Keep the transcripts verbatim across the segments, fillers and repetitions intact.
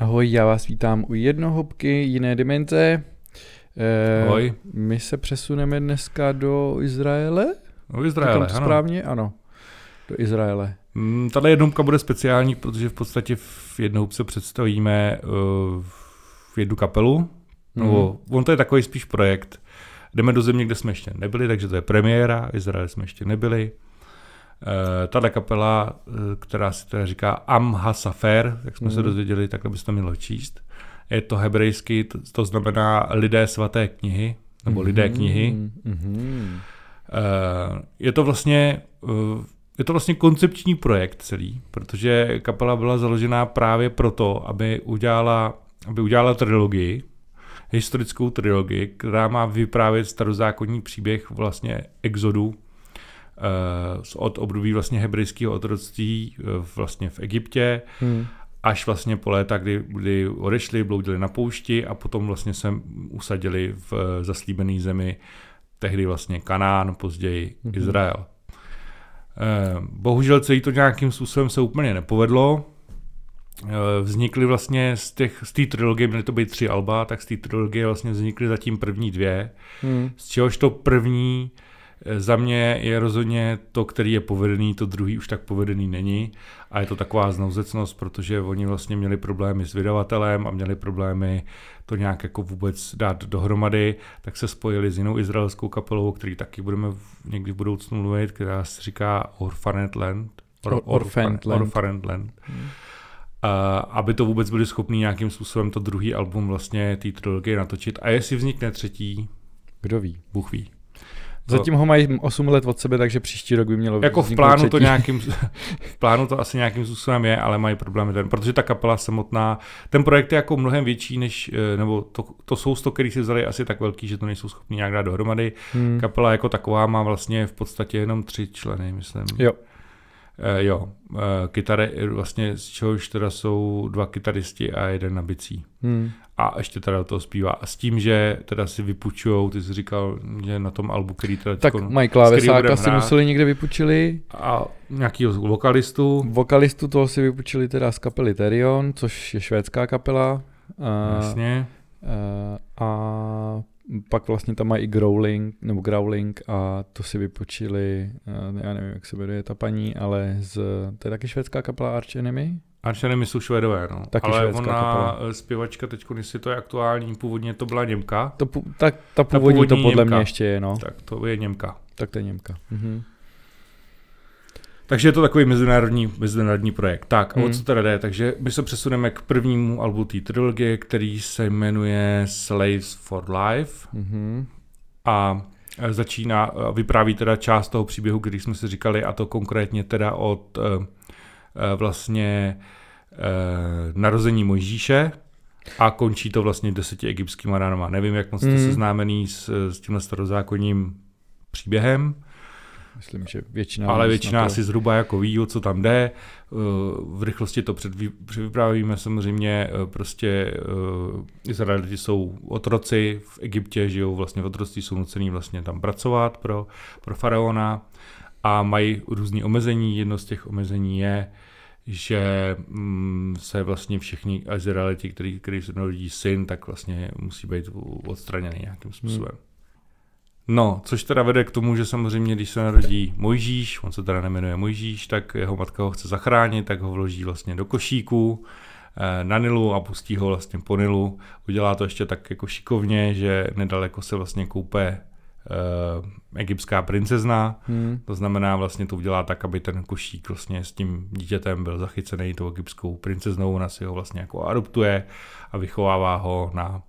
Ahoj, já vás vítám u Jednohubky jiné dimenze. Eh, Ahoj. My se přesuneme dneska do Izraele? Do Izraele, to ano. Správně? Ano, do Izraele. Mm, tato jednohubka bude speciální, protože v podstatě v jednohubce představíme uh, v jednu kapelu. Mm. No, on to je takový spíš projekt. Jdeme do země, kde jsme ještě nebyli, takže to je premiéra. V Izraeli jsme ještě nebyli. Uh, tato kapela, uh, která si teda říká Am HaSafer, jak jsme mm. se dozvěděli, takhle by se to mělo číst. Je to hebrejsky, to, to znamená lidé svaté knihy, nebo mm. lidé knihy. Mm. Uh, je to vlastně... Uh, Je to vlastně koncepční projekt celý, protože kapela byla založená právě proto, aby udělala, aby udělala trilogii, historickou trilogii, která má vyprávět starozákonní příběh vlastně exodu uh, od období vlastně hebrejského otroctví uh, vlastně v Egyptě, hmm. až vlastně po léta, kdy, kdy odešli, bloudili na poušti a potom vlastně se usadili v uh, zaslíbené zemi, tehdy vlastně Kanán, později hmm. Izrael. Bohužel celý to nějakým způsobem se úplně nepovedlo. Vznikly vlastně z těch, z té trilogie, měly to být tři alba, tak z té trilogie vlastně vznikly zatím první dvě. Hmm. Z čehož to první za mě je rozhodně to, který je povedený, to druhý už tak povedený není. A je to taková znouzecnost, protože oni vlastně měli problémy s vydavatelem a měli problémy to nějak jako vůbec dát dohromady, tak se spojili s jinou izraelskou kapelou, o který taky budeme někdy v budoucnu mluvit, která se říká Orphaned Land. Or, Orphaned Land. Orphaned Land. Hmm. A, aby to vůbec byli schopni nějakým způsobem to druhý album vlastně té trilogie natočit. A jestli vznikne třetí, kdo ví? Bůh ví. Zatím ho mají osm let od sebe, takže příští rok by mělo jako v plánu třetí. to nějakým v plánu to asi nějakým způsobem je, ale mají problémy ten, protože ta kapela samotná, ten projekt je jako mnohem větší než, nebo to, to sousto, který si vzali, asi tak velký, že to nejsou schopni nějak dát dohromady. Hmm. Kapela jako taková má vlastně v podstatě jenom tři členy, myslím. Jo. E, jo, e, kytary vlastně, z čehož teda jsou dva kytaristi a jeden na bicí. Hmm. A ještě teda do toho zpívá. A s tím, že teda si vypučujou, ty jsi říkal, že na tom albu, který teda... Tak mají klávesáka si museli někde vypučili. A nějakýho vokalistu. Vokalistu toho si vypučili teda z kapely Therion, což je švédská kapela. A, Jasně. A, a pak vlastně tam mají i Growling, nebo Growling a to si vypočili, já nevím, jak se jmenuje ta paní, ale z, to je taky švédská kapela Arch Enemy? Arch Enemy jsou Švédové, no. Taky ale švédská ona, kapela. Zpěvačka teďko, jestli to je aktuální, původně to byla Němka. To, tak, ta původní, ta původní to podle Němka. mě ještě je, no. Tak to je Němka. Tak to je Němka. Mhm. Takže je to takový mezinárodní, mezinárodní projekt. Tak, hmm. a o co teda jde? Takže my se přesuneme k prvnímu albu té trilogie, který se jmenuje Slaves for Life. Hmm. A začíná, vypráví teda část toho příběhu, který jsme si říkali, a to konkrétně teda od uh, vlastně uh, narození Mojžíše a končí to vlastně deseti egyptskýma ranama. Nevím, jak moc jste hmm. seznámený s, s tímhle starozákonním příběhem. Myslím, že většina... Ale většina to... asi zhruba jako ví, o co tam jde. V rychlosti to předvyprávíme samozřejmě. Prostě Izraeliti jsou otroci v Egyptě, žijou vlastně v otroctví, jsou nucený vlastně tam pracovat pro, pro faraona a mají různý omezení. Jedno z těch omezení je, že se vlastně všichni Izraeliti, který, který se narodí syn, tak vlastně musí být odstraněný nějakým způsobem. Hmm. No, což teda vede k tomu, že samozřejmě, když se narodí Mojžíš, on se teda nemenuje Mojžíš, tak jeho matka ho chce zachránit, tak ho vloží vlastně do košíku na Nilu a pustí ho vlastně po Nilu. Udělá to ještě tak jako šikovně, že nedaleko se vlastně koupe uh, egyptská princezna, hmm. to znamená vlastně to udělá tak, aby ten košík vlastně s tím dítětem byl zachycený tou egyptskou princeznou, ona si ho vlastně jako adoptuje a vychovává ho na uh,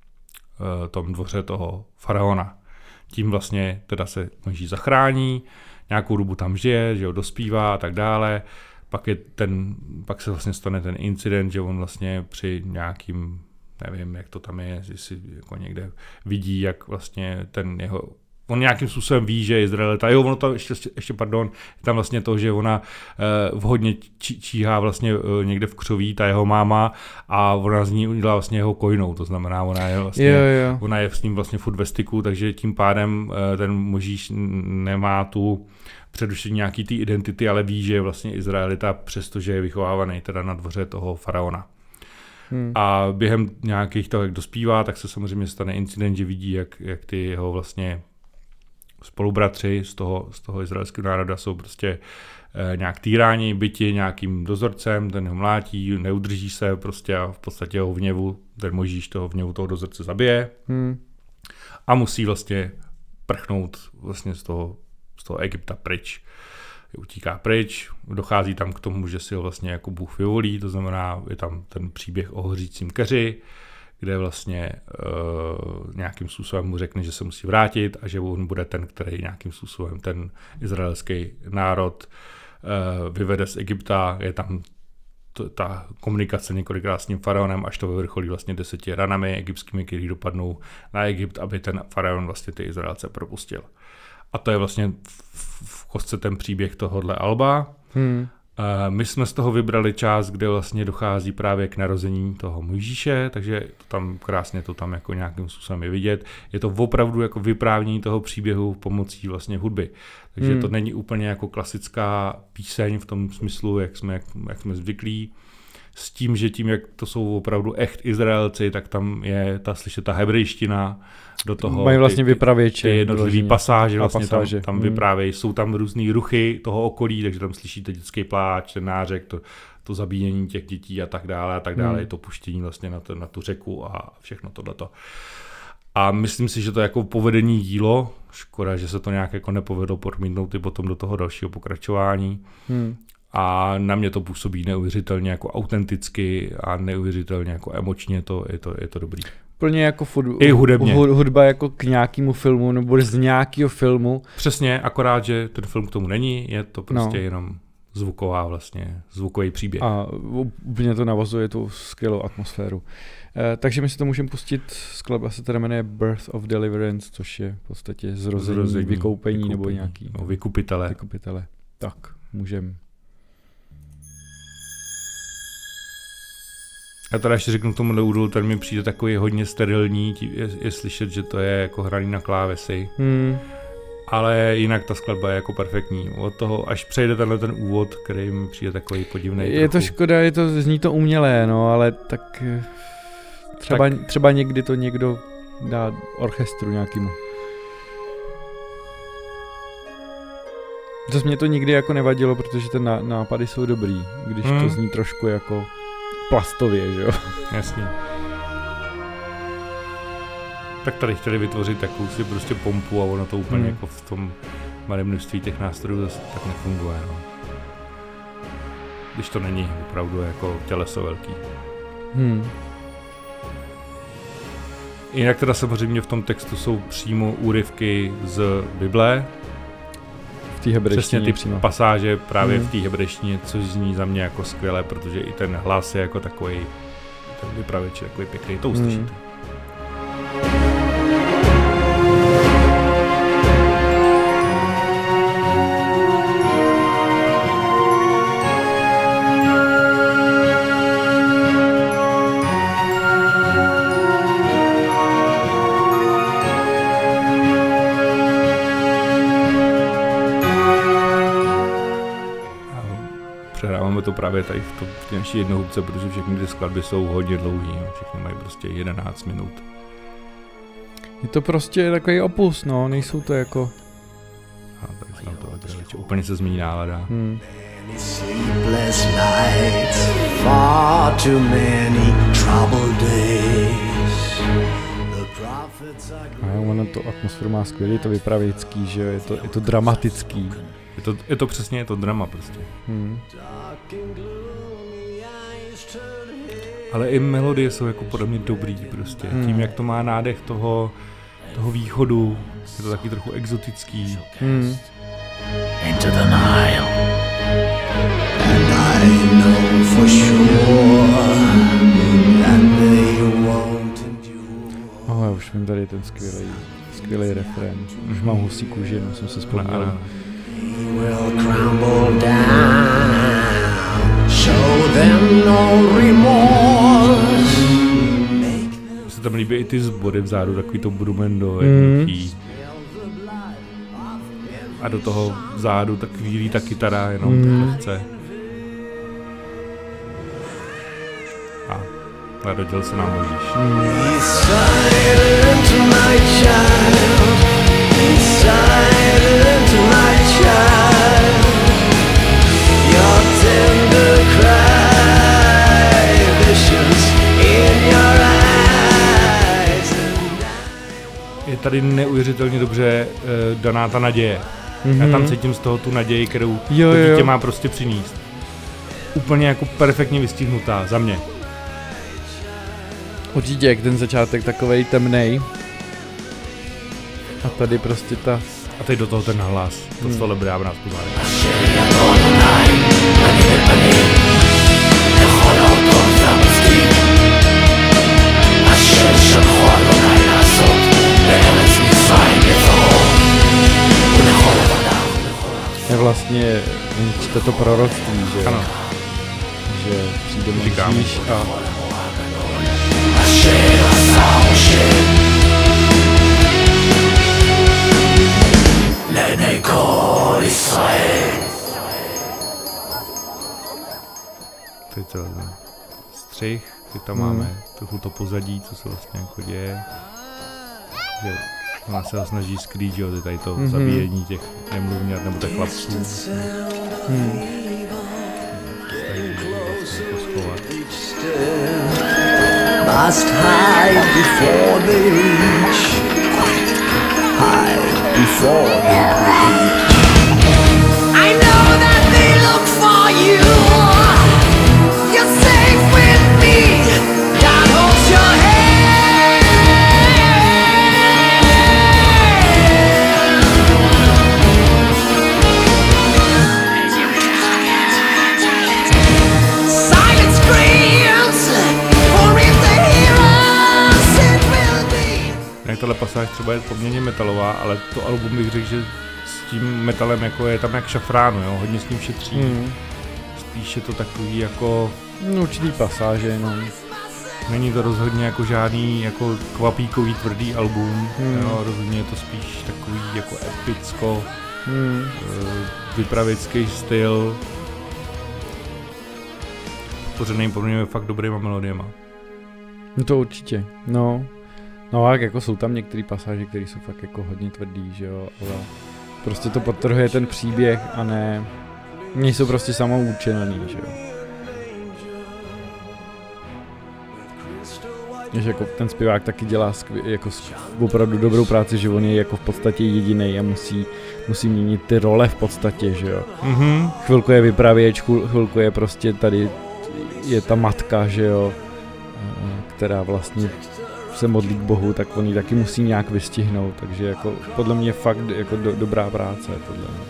tom dvoře toho faraona. Tím vlastně teda se Mojžíš zachrání, nějakou dobu tam žije, že ho dospívá a tak dále. Pak, je ten, pak se vlastně stane ten incident, že on vlastně při nějakým, nevím, jak to tam je, jestli jako někde vidí, jak vlastně ten jeho, on nějakým způsobem ví, že je Izraelita. Jo, ono tam ještě, ještě pardon, je tam vlastně to, že ona eh, vhodně čí, číhá vlastně eh, někde v křoví, ta jeho máma, a ona z ní udělá vlastně jeho kojnou, to znamená, ona je vlastně, jo, jo. ona je s ním vlastně furt ve styku, takže tím pádem eh, ten Mojžíš nemá tu předušení nějaký té identity, ale ví, že je vlastně Izraelita, přestože je vychovávaný teda na dvoře toho faraona. Hmm. A během nějakých toho, jak dospívá, tak se samozřejmě stane incident, že vidí, jak, jak ty jeho vlastně spolubratři z toho, z toho izraelského národa jsou prostě eh, nějak týráni, byti nějakým dozorcem, ten ho mlátí, neudrží se prostě a v podstatě ho v hněvu, ten Mojžíš toho v hněvu toho dozorce zabije Hmm. a musí vlastně prchnout vlastně z toho, z toho Egypta pryč. Utíká pryč, dochází tam k tomu, že si ho vlastně jako Bůh vyvolí, to znamená, je tam ten příběh o hořícím keři, kde vlastně uh, nějakým způsobem mu řekne, že se musí vrátit a že on bude ten, který nějakým způsobem ten izraelský národ uh, vyvede z Egypta. Je tam to, ta komunikace několikrát s tím faraonem, až to vyvrcholí vlastně deseti ranami egyptskými, který dopadnou na Egypt, aby ten faraon vlastně ty Izraelce propustil. A to je vlastně v, v kostce ten příběh tohohle alba. Hmm. My jsme z toho vybrali část, kde vlastně dochází právě k narození toho Mojžíše, takže to tam krásně to tam jako nějakým způsobem je vidět. Je to opravdu jako vyprávění toho příběhu pomocí vlastně hudby. Takže hmm. to není úplně jako klasická píseň v tom smyslu, jak jsme, jak, jak jsme zvyklí. S tím, že tím, jak to jsou opravdu echt Izraelci, tak tam je ta slyšet ta hebrejština do toho. Mají vlastně ty, vypravěče. Ty jednotlivý pasáže vlastně pasáže. tam, tam hmm. vyprávějí. Jsou tam různý ruchy toho okolí, takže tam slyšíte dětský pláč, ten nářek, to, to zabíjení těch dětí a tak dále a tak dále. Hmm. Je to puštění vlastně na, to, na tu řeku a všechno tohleto. A myslím si, že to je jako povedení dílo. Škoda, že se to nějak jako nepovedlo promítnout i potom do toho dalšího pokračování. Hmm. A na mě to působí neuvěřitelně jako autenticky a neuvěřitelně jako emočně, to, je, to, je to dobrý. Plně jako fud, I hudebně. Hudba jako k nějakému filmu nebo z nějakého filmu. Přesně, akorát, že ten film k tomu není, je to prostě no. jenom zvuková vlastně, zvukový příběh. A úplně to navazuje tu skvělou atmosféru. E, takže my si to můžeme pustit, skladba se teda jmenuje Birth of Deliverance, což je v podstatě zrození, zrození vykoupení, vykoupení nebo nějaký. No, vykupitele. Vykupitele. Tak, můžeme. Já teda ještě řeknu k tomu údolu, ten mi přijde takový hodně sterilní, je, je slyšet, že to je jako hraný na klávesy. Hmm. Ale jinak ta skladba je jako perfektní. Od toho, až přejde tenhle ten úvod, který mi přijde takový podivný. Je trochu. To škoda, je to, zní to umělé, no, ale tak třeba, tak třeba někdy to někdo dá orchestru nějakému. Zase mě to nikdy jako nevadilo, protože ty nápady jsou dobrý, když hmm. to zní trošku jako plastově, že jo? Jasně. Tak tady chtěli vytvořit takovou si prostě pompu a ono to úplně hmm. jako v tom malém množství těch nástrojů zase tak nefunguje, no. Když to není opravdu jako těleso velký. Hmm. Jinak teda samozřejmě v tom textu jsou přímo úryvky z Bible. V té hebrejštině. Přesně ty přímo. pasáže právě hmm. v té hebrejštině, což zní za mě jako skvěle, protože i ten hlas je jako takový, ten vypravěč je takový pěkný, to uslyšíte. Hmm. To právě tady v, to, v té naší jednohubce, protože všechny ty skladby jsou hodně dlouhý, všechny mají prostě jedenáct minut. Je to prostě takový opus, no, nejsou to jako... A tak se nám to odřeče. Úplně se změní nálada. Hmm. A ono to atmosféru má skvělý, je to vypravěcký, že je to, je to dramatický. Je to, je to přesně, je to drama prostě. Hmm. Ale i melodie jsou jako podle mě dobrý prostě. Hmm. Tím, jak to má nádech toho, toho východu, je to taky trochu exotický. Hmm. Into the Nile. And I know for sure that they won't endure. Oh, já už vím, tady je ten skvělý, skvělý refrén. Už mám husí kůži, jenom jsem se vzpomněl. Will crumble down, show them no remorse. Se tam líbí i ty zbory vzadu, takový to brumendo, jednoduchý. A do toho vzadu tak chvílí ta kytara, jenom mm. lehce. A Narodil se nám Možíš. Je tady neuvěřitelně dobře uh, daná ta naděje. Mm-hmm. Já tam cítím z toho tu naději, kterou jo, to dítě jo. má prostě přinést. Úplně jako perfektně vystihnutá za mě. Určitě, jak ten začátek takovej temnej. A tady prostě ta... A teď do toho ten hlas. To hmm. stole brává nás pozvání. Je vlastně, čte to proroctví, že? Ano. Že přijde Možíš a... Teď to střih, teď tam hmm. máme trochu to pozadí, co se vlastně jako děje. Že ona se ho snaží skrýt, že jo, tady to mm-hmm. zabíjení těch nemluvňat nebo těch chlapců. Hmm. Must hide before they reach. Hide before they reach. I know that they look for you. You're safe with me. God holds your hand. Silence screams. For if they hear us, it will be. Jak tahle pasáž třeba je poměrně metalová, ale to album bych řekl, že s tím metalem jako je tam jak šafránu, jo, hodně s ním šetří. Mm. Spíš je to takový jako... No, určitý pasáže, no. Není to rozhodně jako žádný jako kvapíkový tvrdý album, mm. jo, rozhodně je to spíš takový jako epicko, mm. vypravěcký styl. Pořadným poměrně fakt dobrýma melodiema. No to určitě, no. No a jako jsou tam některé pasáže, které jsou fakt jako hodně tvrdý, že jo, ale prostě to podtrhuje ten příběh a ne, nejsou prostě samoučelný, že jo. Že jako ten zpěvák taky dělá skvě, jako opravdu dobrou práci, že on je jako v podstatě jedinej a musí, musí měnit ty role v podstatě, že jo. Mm-hmm. Chvilku je vypravěč, chvilku je prostě tady, je ta matka, že jo, která vlastně se modlí k Bohu, tak on ji taky musí nějak vystihnout, takže jako podle mě fakt jako do, dobrá práce, podle mě.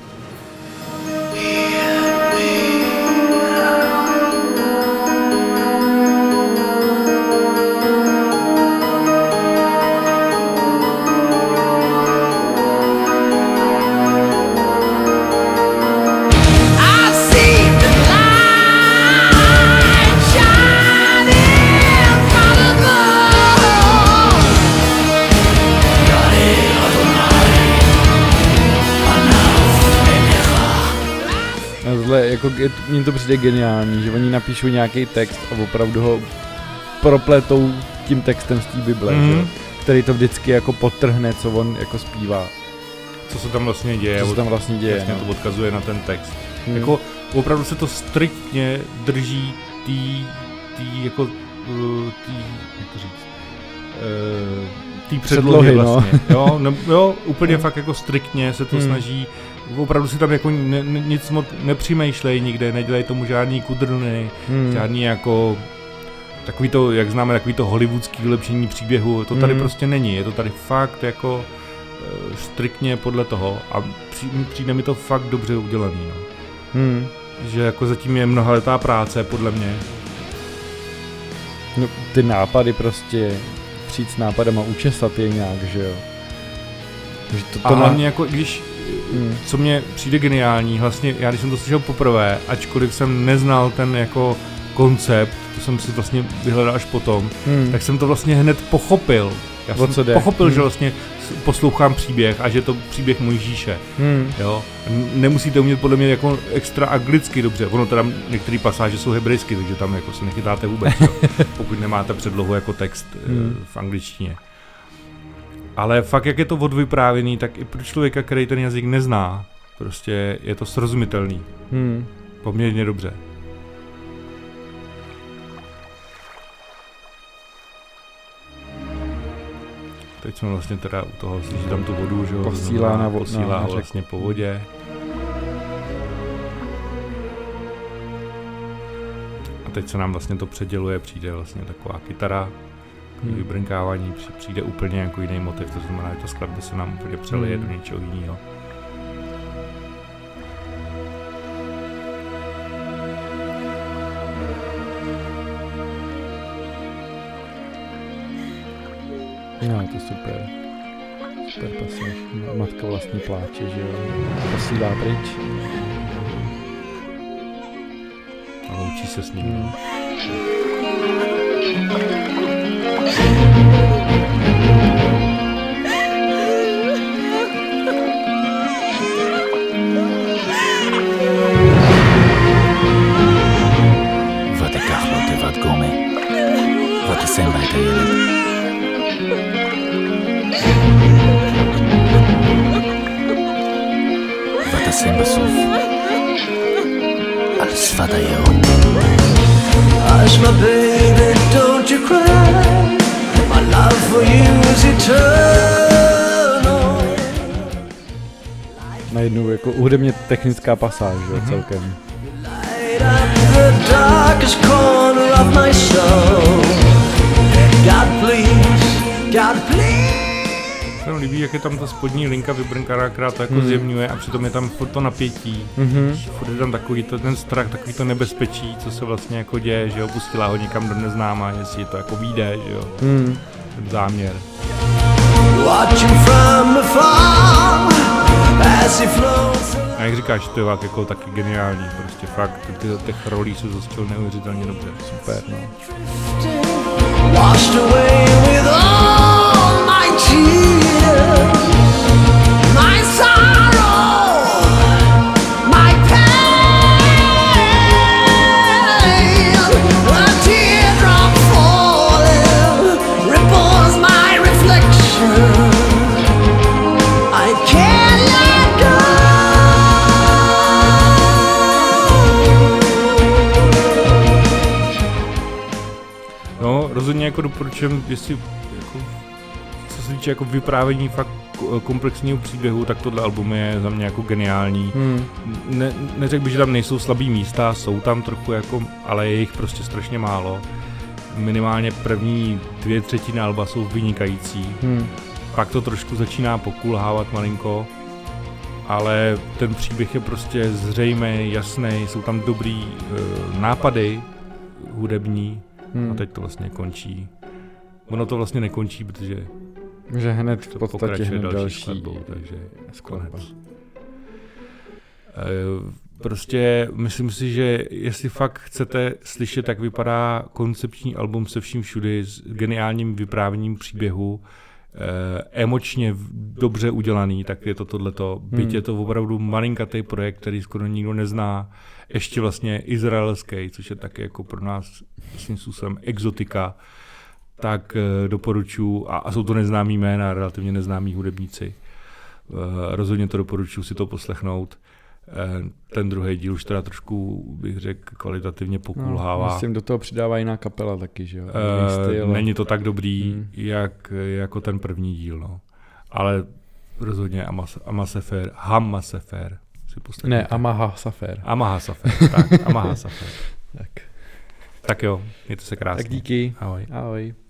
Jako, mně to přijde geniální, že oni napíšou nějaký text a opravdu ho propletou tím textem z té Bible, mm. že? Který to vždycky jako podtrhne, co on jako zpívá. Co se tam vlastně děje. Co se tam vlastně děje. Vlastně no. to odkazuje na ten text. Mm. Jako opravdu se to striktně drží tý, tý jako, tý, jak to říct, uh, tý předlohy, předlohy vlastně. No. jo, no, jo, úplně fakt jako striktně se to mm. snaží. Opravdu si tam jako ne, ne, nic moc nepřemýšlej nikde, nedělej tomu žádný kudrny, hmm. žádný jako takový to, jak známe, takový to hollywoodský vylepšení příběhu, to tady hmm. prostě není, je to tady fakt jako uh, striktně podle toho a přijde, přijde mi to fakt dobře udělaný, no. Hmm. Že jako zatím je mnohaletá práce, podle mě. No, ty nápady prostě, přijít s nápadama, učesat je nějak, že jo. Že to, to a hlavně má... jako, když Hmm. co mě přijde geniální, vlastně já když jsem to slyšel poprvé, ačkoliv jsem neznal ten jako koncept, to jsem si vlastně vyhledal až potom, hmm. tak jsem to vlastně hned pochopil. Já o co jsem jde. pochopil, hmm. že vlastně poslouchám příběh a že je to příběh Mojžíše. Hmm. Jo? Nemusíte umět podle mě jako extra anglicky dobře. Ono teda některé pasáže jsou hebrejsky, takže tam jako se nechytáte vůbec, jo? Pokud nemáte předlohu jako text hmm. v angličtině. Ale fakt, jak je to odvyprávěný, tak i pro člověka, který ten jazyk nezná, prostě je to srozumitelný. Hmm. Poměrně dobře. Teď jsme vlastně teda u toho, slyší tam tu vodu, že jo? Posílá na vodu. Posílá ho vlastně po vodě. A teď se nám vlastně to předěluje, přijde vlastně taková kytara, hmm. vybrnkávání, přijde úplně jako jiný motiv, to znamená, že ta skladba se nám úplně přelije hmm. do něčeho jiného. No, to je super. Super pasáž. Matka vlastně pláče, že jo. Posílá pryč. A loučí se s ním. Hmm. ותיקח לו תיבת גומה, ותשם בה את הילד. ותשים בסוף על שפת הים. Hush my baby, don't you cry. My love for you is eternal. Najednou jako hudebně technická pasáž, jo, mm-hmm. celkem. Light up the darkest corner of my soul. God please, God please. Se mi líbí, jak je tam ta spodní linka vybrnkaná, která to jako mm. zjemňuje a přitom je tam furt to napětí. Mm-hmm. Furt je tam takový to, ten strach, takový to nebezpečí, co se vlastně jako děje, že jo, pustila ho někam do neznáma, jestli to jako vyjde, že jo, mm. ten záměr. A jak říkáš, to je jako taky geniální, prostě fakt, ty, těch rolí jsou zastihl neuvěřitelně dobře. Super, no. Washed away with all my tears, my sorrow, my pain, a teardrop falling, ripples my reflection, I can't let go. No, rozhodně jako doporučujem, jestli jako, co se týče jako vyprávění fakt komplexního příběhu, tak tohle album je za mě jako geniální. Hmm. Ne, neřekl bych, že tam nejsou slabý místa, jsou tam trochu jako, ale je jich prostě strašně málo. Minimálně první dvě třetiny alba jsou vynikající. Hmm. Pak to trošku začíná pokulhávat malinko, ale ten příběh je prostě zřejmý, jasný, jsou tam dobrý uh, nápady hudební. Hmm. A teď to vlastně končí. Ono to vlastně nekončí, protože že hned v podstatě hned další, další skladbou, takže konec. E, prostě myslím si, že jestli fakt chcete slyšet, jak vypadá koncepční album se vším všudy s geniálním vyprávěním příběhu, e, emočně dobře udělaný, tak je to tohleto. Byť hmm. je to opravdu malinkatý projekt, který skoro nikdo nezná, ještě vlastně izraelský, což je taky jako pro nás svým způsobem exotika, tak e, doporučuji, a, a jsou to neznámý jména, relativně neznámí hudebníci, e, rozhodně to doporučuji si to poslechnout. E, ten druhý díl už teda trošku, bych řekl, kvalitativně pokulhává. No, myslím, do toho přidává jiná kapela taky, že jo? E, není to tak dobrý, hmm. jak, jako ten první díl, no. Ale rozhodně Amma Sefer, Hamma Sefer. Ne, Amaha Safer. Amaha Safer, tak, Amaha Safer. tak. Tak jo, mějte se krásně. Tak díky. Ahoj. Ahoj.